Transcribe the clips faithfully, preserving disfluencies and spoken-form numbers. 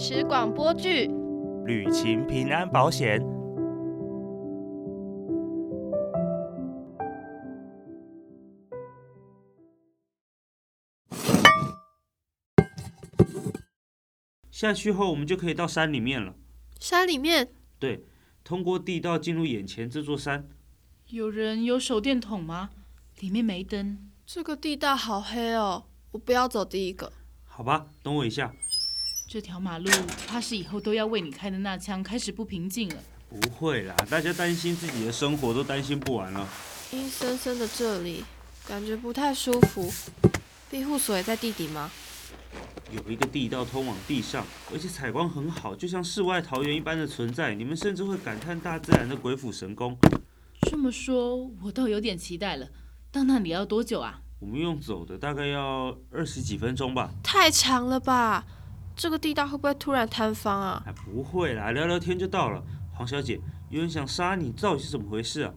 持广播剧 《旅行平安保险》。下去后，我们就可以到山里面了。 山里面？ 对，通过地道进入眼前这座山。 有人有手电筒吗？里面没灯。 这个地道好黑哦，我不要走第一个。 好吧，等我一下。 这条马路怕是以后都要为你开的那枪开始不平静了。 不会啦，大家担心自己的生活都担心不完了。 阴森森的这里，感觉不太舒服。庇护所也在地底吗？ 有一个地道通往地上，而且采光很好，就像世外桃源一般的存在。你们甚至会感叹大自然的鬼斧神工。 这么说，我倒有点期待了。到那里要多久啊？ 我们用走的大概要二十几分钟吧。 太长了吧？这个地道会不会突然坍方啊？ 哎，不会啦，聊聊天就到了。黄小姐，有人想杀你，到底是怎么回事啊？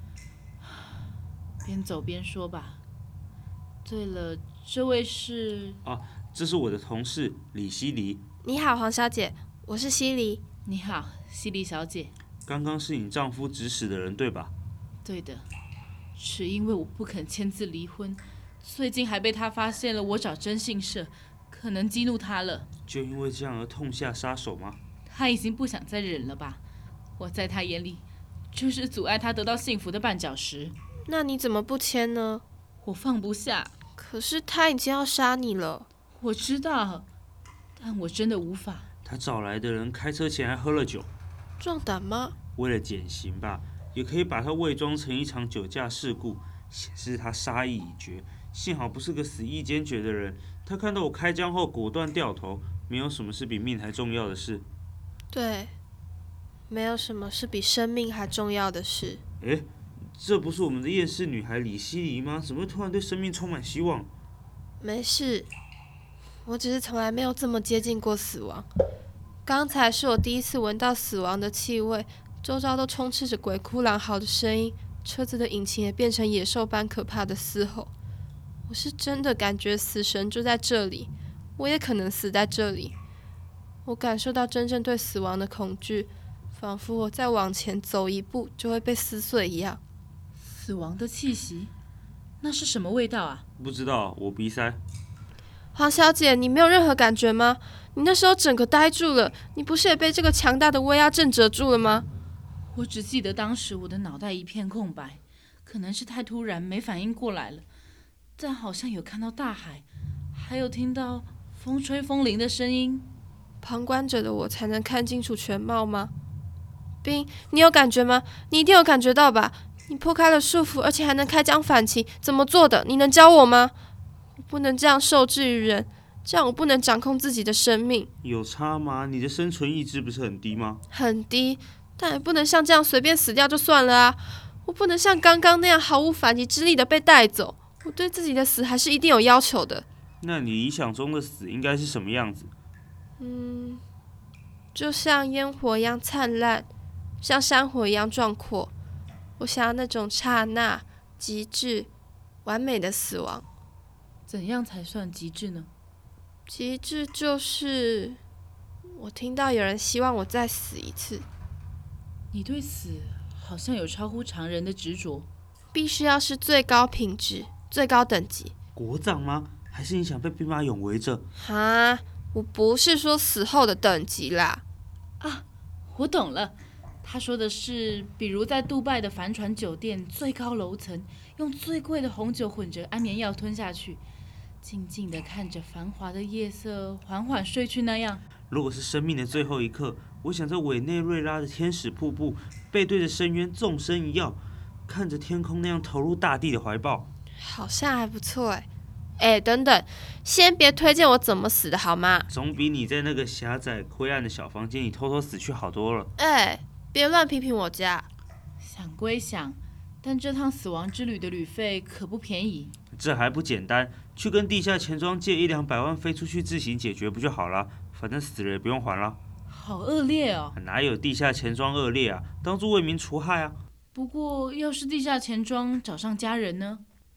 边走边说吧。对了，这位是…… 啊，这是我的同事李希黎。 你好，黄小姐，我是希黎。 你好，希黎小姐。 刚刚是你丈夫指使的人，对吧？ 对的，只因为我不肯签字离婚，最近还被他发现了我找征信社，可能激怒他了。 就因为这样而痛下杀手吗？ 他已经不想再忍了吧？我在他眼里就是阻碍他得到幸福的绊脚石。 那你怎么不签呢？ 我放不下。 可是他已经要杀你了。 我知道，但我真的无法。 他找来的人开车前还喝了酒。 壮胆吗？ 为了减刑吧，也可以把他伪装成一场酒驾事故，显示他杀意已决。幸好不是个死意坚决的人，他看到我开枪后果断掉头。没有什么是比命还重要的事。 对，没有什么是比生命还重要的事。 诶，这不是我们的厌世女孩李希黎吗？怎么会突然对生命充满希望？ 没事，我只是从来没有这么接近过死亡。刚才是我第一次闻到死亡的气味，周遭都充斥着鬼哭狼嚎的声音，车子的引擎也变成野兽般可怕的嘶吼。我是真的感觉死神就在这里，我也可能死在这里。我感受到真正对死亡的恐惧，仿佛我再往前走一步就会被撕碎一样。 死亡的气息？那是什么味道啊？ 不知道，我鼻塞。 黄小姐，你没有任何感觉吗？你那时候整个呆住了，你不是也被这个强大的威压震慑住了吗？ 我只记得当时我的脑袋一片空白，可能是太突然没反应过来了，但好像有看到大海，还有听到风吹风铃的声音。 旁观者的我才能看清楚全貌吗？冰，你有感觉吗？你一定有感觉到吧？你破开了束缚，而且还能开疆反秦，怎么做的？你能教我吗？我不能这样受制于人，这样我不能掌控自己的生命。 有差吗？你的生存意志不是很低吗？ 很低，但也不能像这样随便死掉就算了啊！我不能像刚刚那样毫无反击之力的被带走。我对自己的死还是一定有要求的。 那你理想中的死应该是什么样子？ 嗯，就像烟火一样灿烂，像山火一样壮阔。我想要那种刹那、极致、完美的死亡。 怎样才算极致呢？ 极致就是我听到有人希望我再死一次。 你对死好像有超乎常人的执着。 必须要是最高品质、最高等级。 国葬吗？还是你想被兵马俑围着？ 哈，我不是说死后的等级啦。 啊，我懂了。他说的是，比如在杜拜的帆船酒店最高楼层，用最贵的红酒混着安眠药吞下去，静静地看着繁华的夜色缓缓睡去那样。 如果是生命的最后一刻，我想在委内瑞拉的天使瀑布，背对着深渊纵身一跃，看着天空那样投入大地的怀抱。 好像还不错哎。哎，等等，先别推荐我怎么死的好吗？ 总比你在那个狭窄灰暗的小房间里偷偷死去好多了。 哎，别乱批评我家。 想归想，但这趟死亡之旅的旅费可不便宜。 这还不简单，去跟地下钱庄借一两百万飞出去自行解决不就好了？反正死了也不用还了。 好恶劣哦！ 哪有地下钱庄恶劣啊？当作为民除害啊！ 不过，要是地下钱庄找上家人呢？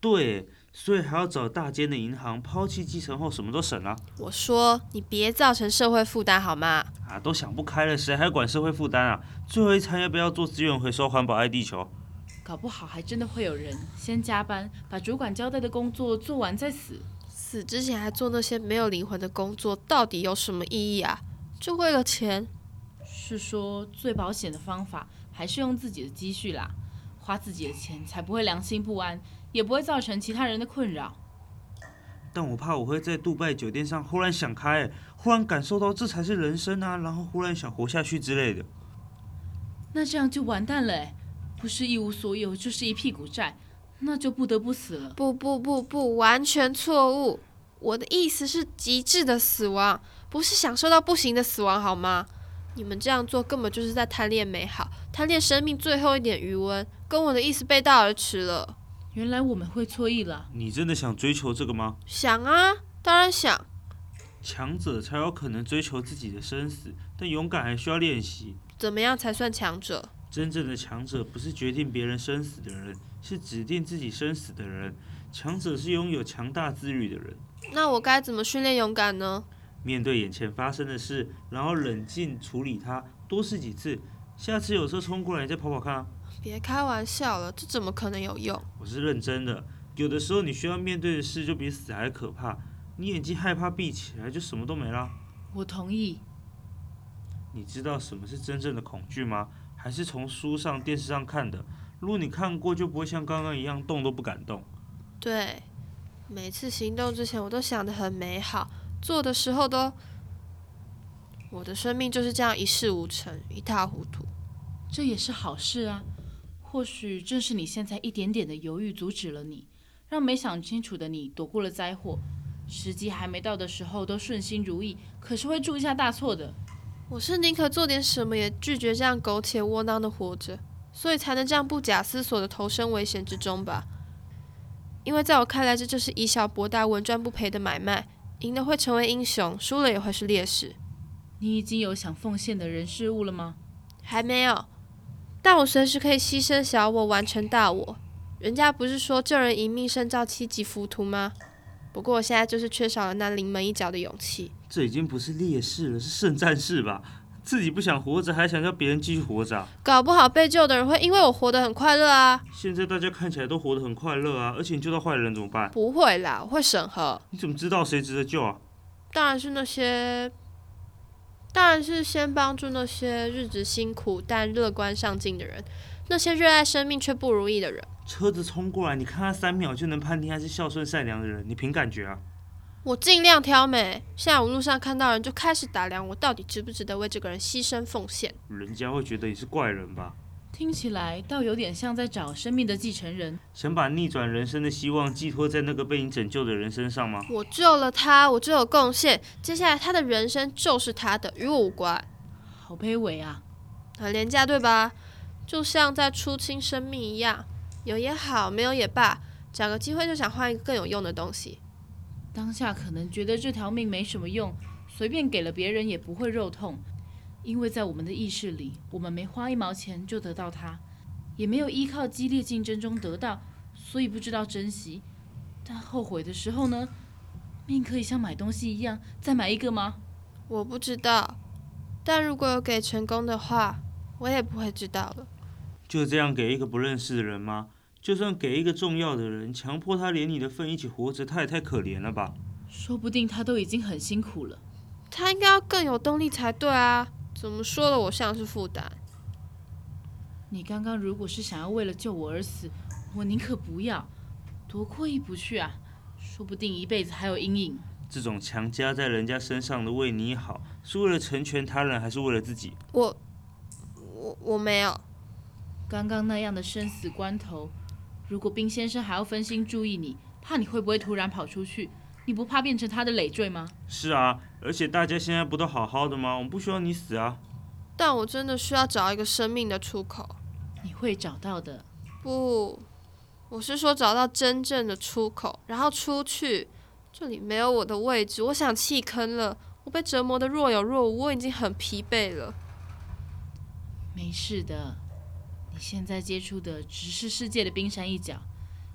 对，所以还要找大间的银行，抛弃继承后什么都省了。 我说你别造成社会负担好吗？ 啊，都想不开了，谁还管社会负担啊？最后一餐要不要做资源回收、环保爱地球？ 搞不好还真的会有人先加班，把主管交代的工作做完再死。 死之前还做那些没有灵魂的工作，到底有什么意义啊？就为了钱？ 是说最保险的方法还是用自己的积蓄啦，花自己的钱才不会良心不安，也不会造成其他人的困扰。 但我怕我会在杜拜酒店上忽然想开，忽然感受到这才是人生啊，然后忽然想活下去之类的。 那这样就完蛋了哎，不是一无所有，就是一屁股债，那就不得不死了。 不不不不，完全错误！我的意思是极致的死亡，不是享受到不行的死亡，好吗？你们这样做根本就是在贪恋美好，贪恋生命最后一点余温，跟我的意思背道而驰了。 原来我们会错意了。 你真的想追求这个吗？ 想啊，当然想。 强者才有可能追求自己的生死，但勇敢还需要练习。 怎么样才算强者？ 真正的强者不是决定别人生死的人，是指定自己生死的人。强者是拥有强大自律的人。 那我该怎么训练勇敢呢？ 面对眼前发生的事，然后冷静处理它，多试几次。下次有车冲过来，你再跑跑看啊！ 别开玩笑了，这怎么可能有用？ 我是认真的。有的时候你需要面对的事就比死还可怕。你眼睛害怕闭起来，就什么都没啦。 我同意。 你知道什么是真正的恐惧吗？还是从书上、电视上看的？如果你看过，就不会像刚刚一样动都不敢动。 对，每次行动之前我都想得很美好，做的时候都……我的生命就是这样一事无成，一塌糊涂。 这也是好事啊。或许正是你现在一点点的犹豫阻止了你，让没想清楚的你躲过了灾祸。时机还没到的时候都顺心如意，可是会出一下大错的。 我是宁可做点什么，也拒绝这样苟且窝囊的活着，所以才能这样不假思索的投身危险之中吧。因为在我看来，这就是以小博大、稳赚不赔的买卖，赢了会成为英雄，输了也会是烈士。 你已经有想奉献的人事物了吗？ 还没有，但我随时可以牺牲小我，完成大我。人家不是说救人一命胜造七级浮屠吗？不过我现在就是缺少了那临门一脚的勇气。 这已经不是烈士了，是圣战士吧？自己不想活着，还想叫别人继续活着啊？ 搞不好被救的人会因为我活得很快乐啊！ 现在大家看起来都活得很快乐啊，而且你救到坏人怎么办？ 不会啦，我会审核。 你怎么知道谁值得救啊？ 当然是那些，当然是先帮助那些日子辛苦但乐观上进的人，那些热爱生命却不如意的人。 车子冲过来，你看他三秒就能判定他是孝顺善良的人，你凭感觉啊？ 我尽量挑美，现在我路上看到人就开始打量我到底值不值得为这个人牺牲奉献。 人家会觉得你是怪人吧？ 听起来倒有点像在找生命的继承人， 想把逆转人生的希望寄托在那个被你拯救的人身上吗？ 我救了他，我就有贡献，接下来他的人生就是他的，与我无关。 好卑微啊！ 很廉价对吧？就像在出清生命一样，有也好，没有也罢，找个机会就想换一个更有用的东西。 当下可能觉得这条命没什么用，随便给了别人也不会肉痛，因为在我们的意识里，我们没花一毛钱就得到它，也没有依靠激烈竞争中得到，所以不知道珍惜。但后悔的时候呢？命可以像买东西一样再买一个吗？ 我不知道，但如果有给成功的话，我也不会知道了。 就这样给一个不认识的人吗？就算给一个重要的人，强迫他连你的份一起活着，他也太可怜了吧？ 说不定他都已经很辛苦了。 他应该要更有动力才对啊！怎么说了，我像是负担。 你刚刚如果是想要为了救我而死，我宁可不要，多过意不去啊！说不定一辈子还有阴影。 这种强加在人家身上的为你好，是为了成全他人，还是为了自己？ 我，我我没有。 刚刚那样的生死关头，如果冰先生还要分心注意你，怕你会不会突然跑出去？你不怕变成他的累赘吗？ 是啊，而且大家现在不都好好的吗？我们不需要你死啊！ 但我真的需要找一个生命的出口。 你会找到的。 不，我是说找到真正的出口，然后出去。这里没有我的位置，我想弃坑了。我被折磨得若有若无，我已经很疲惫了。 没事的，你现在接触的只是世界的冰山一角，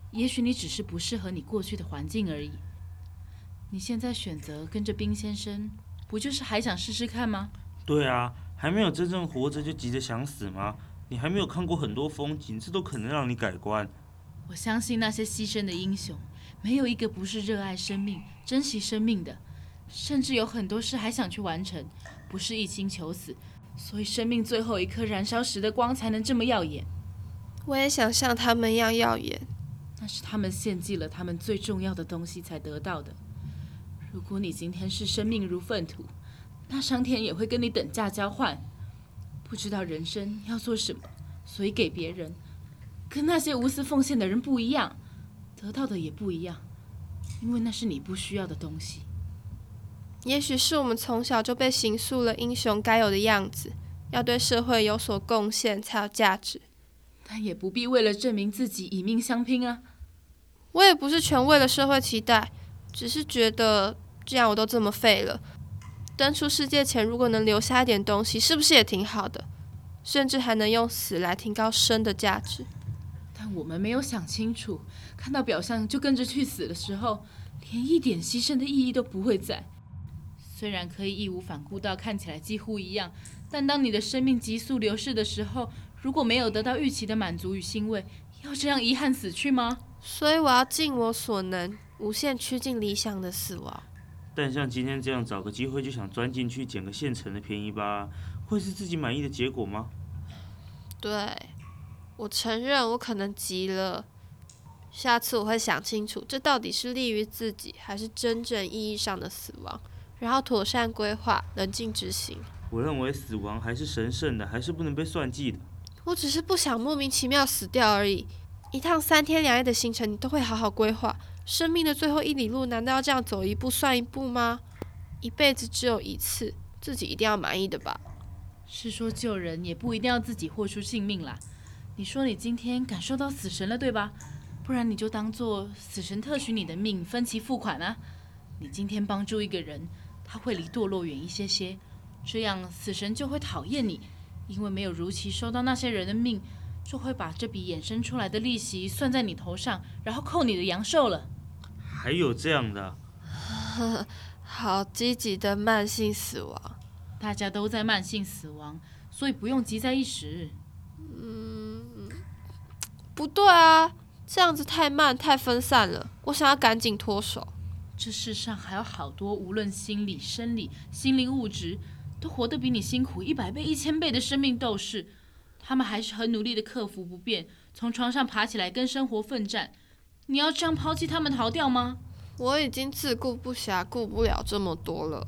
也许你只是不适合你过去的环境而已。你现在选择跟着冰先生，不就是还想试试看吗？ 对啊，还没有真正活着就急着想死吗？你还没有看过很多风景，这都可能让你改观。 我相信那些牺牲的英雄，没有一个不是热爱生命、珍惜生命的，甚至有很多事还想去完成，不是一心求死。所以生命最后一刻燃烧时的光才能这么耀眼。 我也想像他们一样耀眼。 那是他们献祭了他们最重要的东西才得到的。如果你今天视生命如粪土，那上天也会跟你等价交换。不知道人生要做什么，所以给别人。跟那些无私奉献的人不一样，得到的也不一样，因为那是你不需要的东西。 也许是我们从小就被形塑了英雄该有的样子，要对社会有所贡献才有价值。 但也不必为了证明自己以命相拼啊。 我也不是全为了社会期待，只是觉得既然我都这么废了，登出世界前如果能留下一点东西，是不是也挺好的？甚至还能用死来提高生的价值。 但我们没有想清楚，看到表象就跟着去死的时候，连一点牺牲的意义都不会在。虽然可以义无反顾到看起来几乎一样，但当你的生命急速流逝的时候，如果没有得到预期的满足与欣慰，要这样遗憾死去吗？ 所以我要尽我所能，无限趋近理想的死亡。 但像今天这样找个机会就想钻进去捡个现成的便宜吧，会是自己满意的结果吗？ 对，我承认我可能急了，下次我会想清楚，这到底是利于自己，还是真正意义上的死亡，然后妥善规划，冷静执行。 我认为死亡还是神圣的，还是不能被算计的。 我只是不想莫名其妙死掉而已。一趟三天两夜的行程，你都会好好规划。生命的最后一里路，难道要这样走一步算一步吗？一辈子只有一次，自己一定要满意的吧？ 是说救人也不一定要自己豁出性命啦。你说你今天感受到死神了，对吧？不然你就当做死神特许你的命，分期付款啊。你今天帮助一个人，他会离堕落远一些些，这样死神就会讨厌你，因为没有如期收到那些人的命，就会把这笔衍生出来的利息算在你头上，然后扣你的阳寿了。 还有这样的？ 好积极的慢性死亡。 大家都在慢性死亡，所以不用急在一时。 嗯，不对啊，这样子太慢太分散了，我想要赶紧脱手。 这世上还有好多，无论心理、生理、心灵、物质，都活得比你辛苦一百倍、一千倍的生命斗士，他们还是很努力的克服不便，从床上爬起来跟生活奋战。你要这样抛弃他们逃掉吗？ 我已经自顾不暇，顾不了这么多了。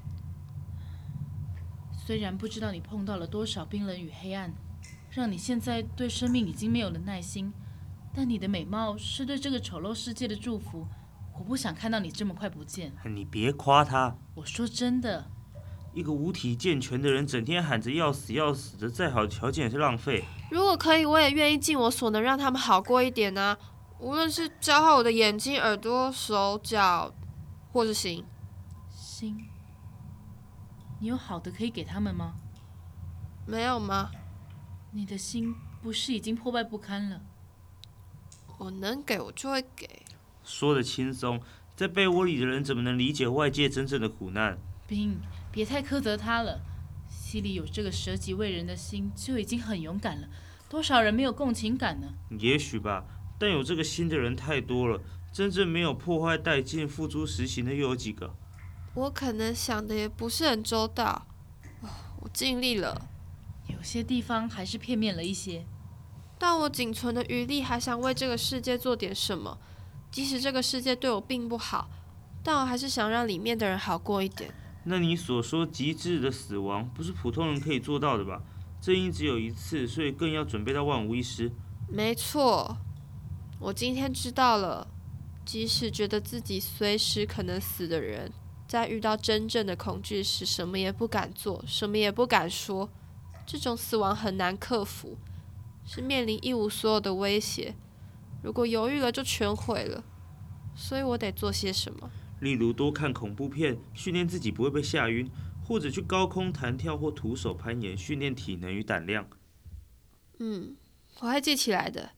虽然不知道你碰到了多少冰冷与黑暗，让你现在对生命已经没有了耐心，但你的美貌是对这个丑陋世界的祝福。我不想看到你这么快不见。 你别夸他。 我说真的。 一个无体健全的人，整天喊着要死要死的，再好的条件也是浪费。 如果可以，我也愿意尽我所能让他们好过一点啊。无论是教好我的眼睛、耳朵、手脚，或是心。 心？你有好的可以给他们吗？ 没有吗？ 你的心不是已经破败不堪了？ 我能给我就会给。 说得轻松，在被窝里的人怎么能理解外界真正的苦难？ 冰，别太苛责他了。心里有这个舍己为人的心，就已经很勇敢了。多少人没有共情感呢？ 也许吧，但有这个心的人太多了，真正没有破坏殆尽、付诸实行的又有几个？ 我可能想的也不是很周到，我尽力了。 有些地方还是片面了一些。 但我仅存的余力还想为这个世界做点什么，即使这个世界对我并不好，但我还是想让里面的人好过一点。 那你所说极致的死亡，不是普通人可以做到的吧？正因只有一次，所以更要准备到万无一失。 没错，我今天知道了，即使觉得自己随时可能死的人，在遇到真正的恐惧时，什么也不敢做，什么也不敢说。这种死亡很难克服，是面临一无所有的威胁。如果犹豫了，就全毁了。所以我得做些什么？ 例如多看恐怖片，训练自己不会被吓晕，或者去高空弹跳或徒手攀岩，训练体能与胆量。 嗯，我会记起来的。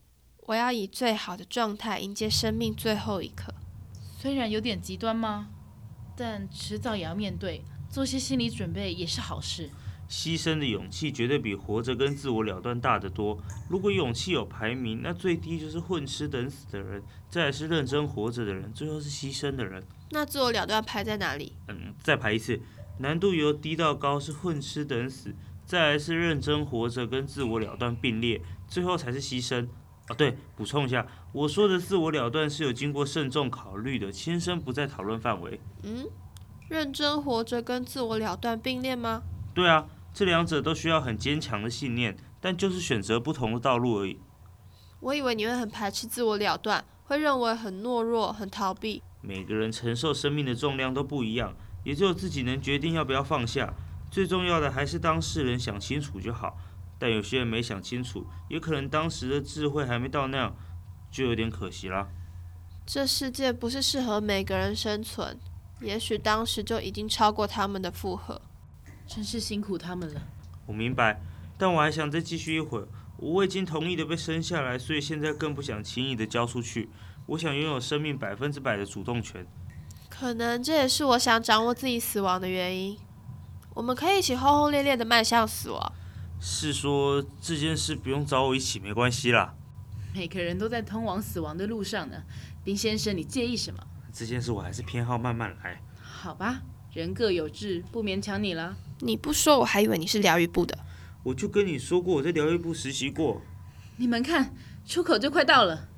我要以最好的状态迎接生命最后一刻。 虽然有点极端吗？但迟早也要面对，做些心理准备也是好事。 牺牲的勇气绝对比活着跟自我了断大得多。如果勇气有排名，那最低就是混吃等死的人，再来是认真活着的人，最后是牺牲的人。 那自我了断排在哪里？ 嗯，再排一次，难度由低到高是混吃等死，再来是认真活着跟自我了断并列，最后才是牺牲。啊，对，补充一下，我说的自我了断是有经过慎重考虑的，轻生不在讨论范围。 嗯，认真活着跟自我了断并列吗？ 对啊，这两者都需要很坚强的信念，但就是选择不同的道路而已。 我以为你会很排斥自我了断，会认为很懦弱、很逃避。 每个人承受生命的重量都不一样，也只有自己能决定要不要放下。最重要的还是当事人想清楚就好。但有些人没想清楚，也可能当时的智慧还没到那样，就有点可惜啦。 这世界不是适合每个人生存，也许当时就已经超过他们的负荷。 真是辛苦他们了。 我明白，但我还想再继续一会儿。我未经同意的被生下来，所以现在更不想轻易的交出去。我想拥有生命百分之百的主动权。 可能这也是我想掌握自己死亡的原因。我们可以一起轰轰烈烈的迈向死亡。 是说这件事不用找我一起没关系啦。 每个人都在通往死亡的路上呢。丁先生，你介意什么？ 这件事我还是偏好慢慢来。 好吧，人各有志，不勉强你了。 你不说，我还以为你是疗愈部的。 我就跟你说过，我在疗愈部实习过。 你们看，出口就快到了。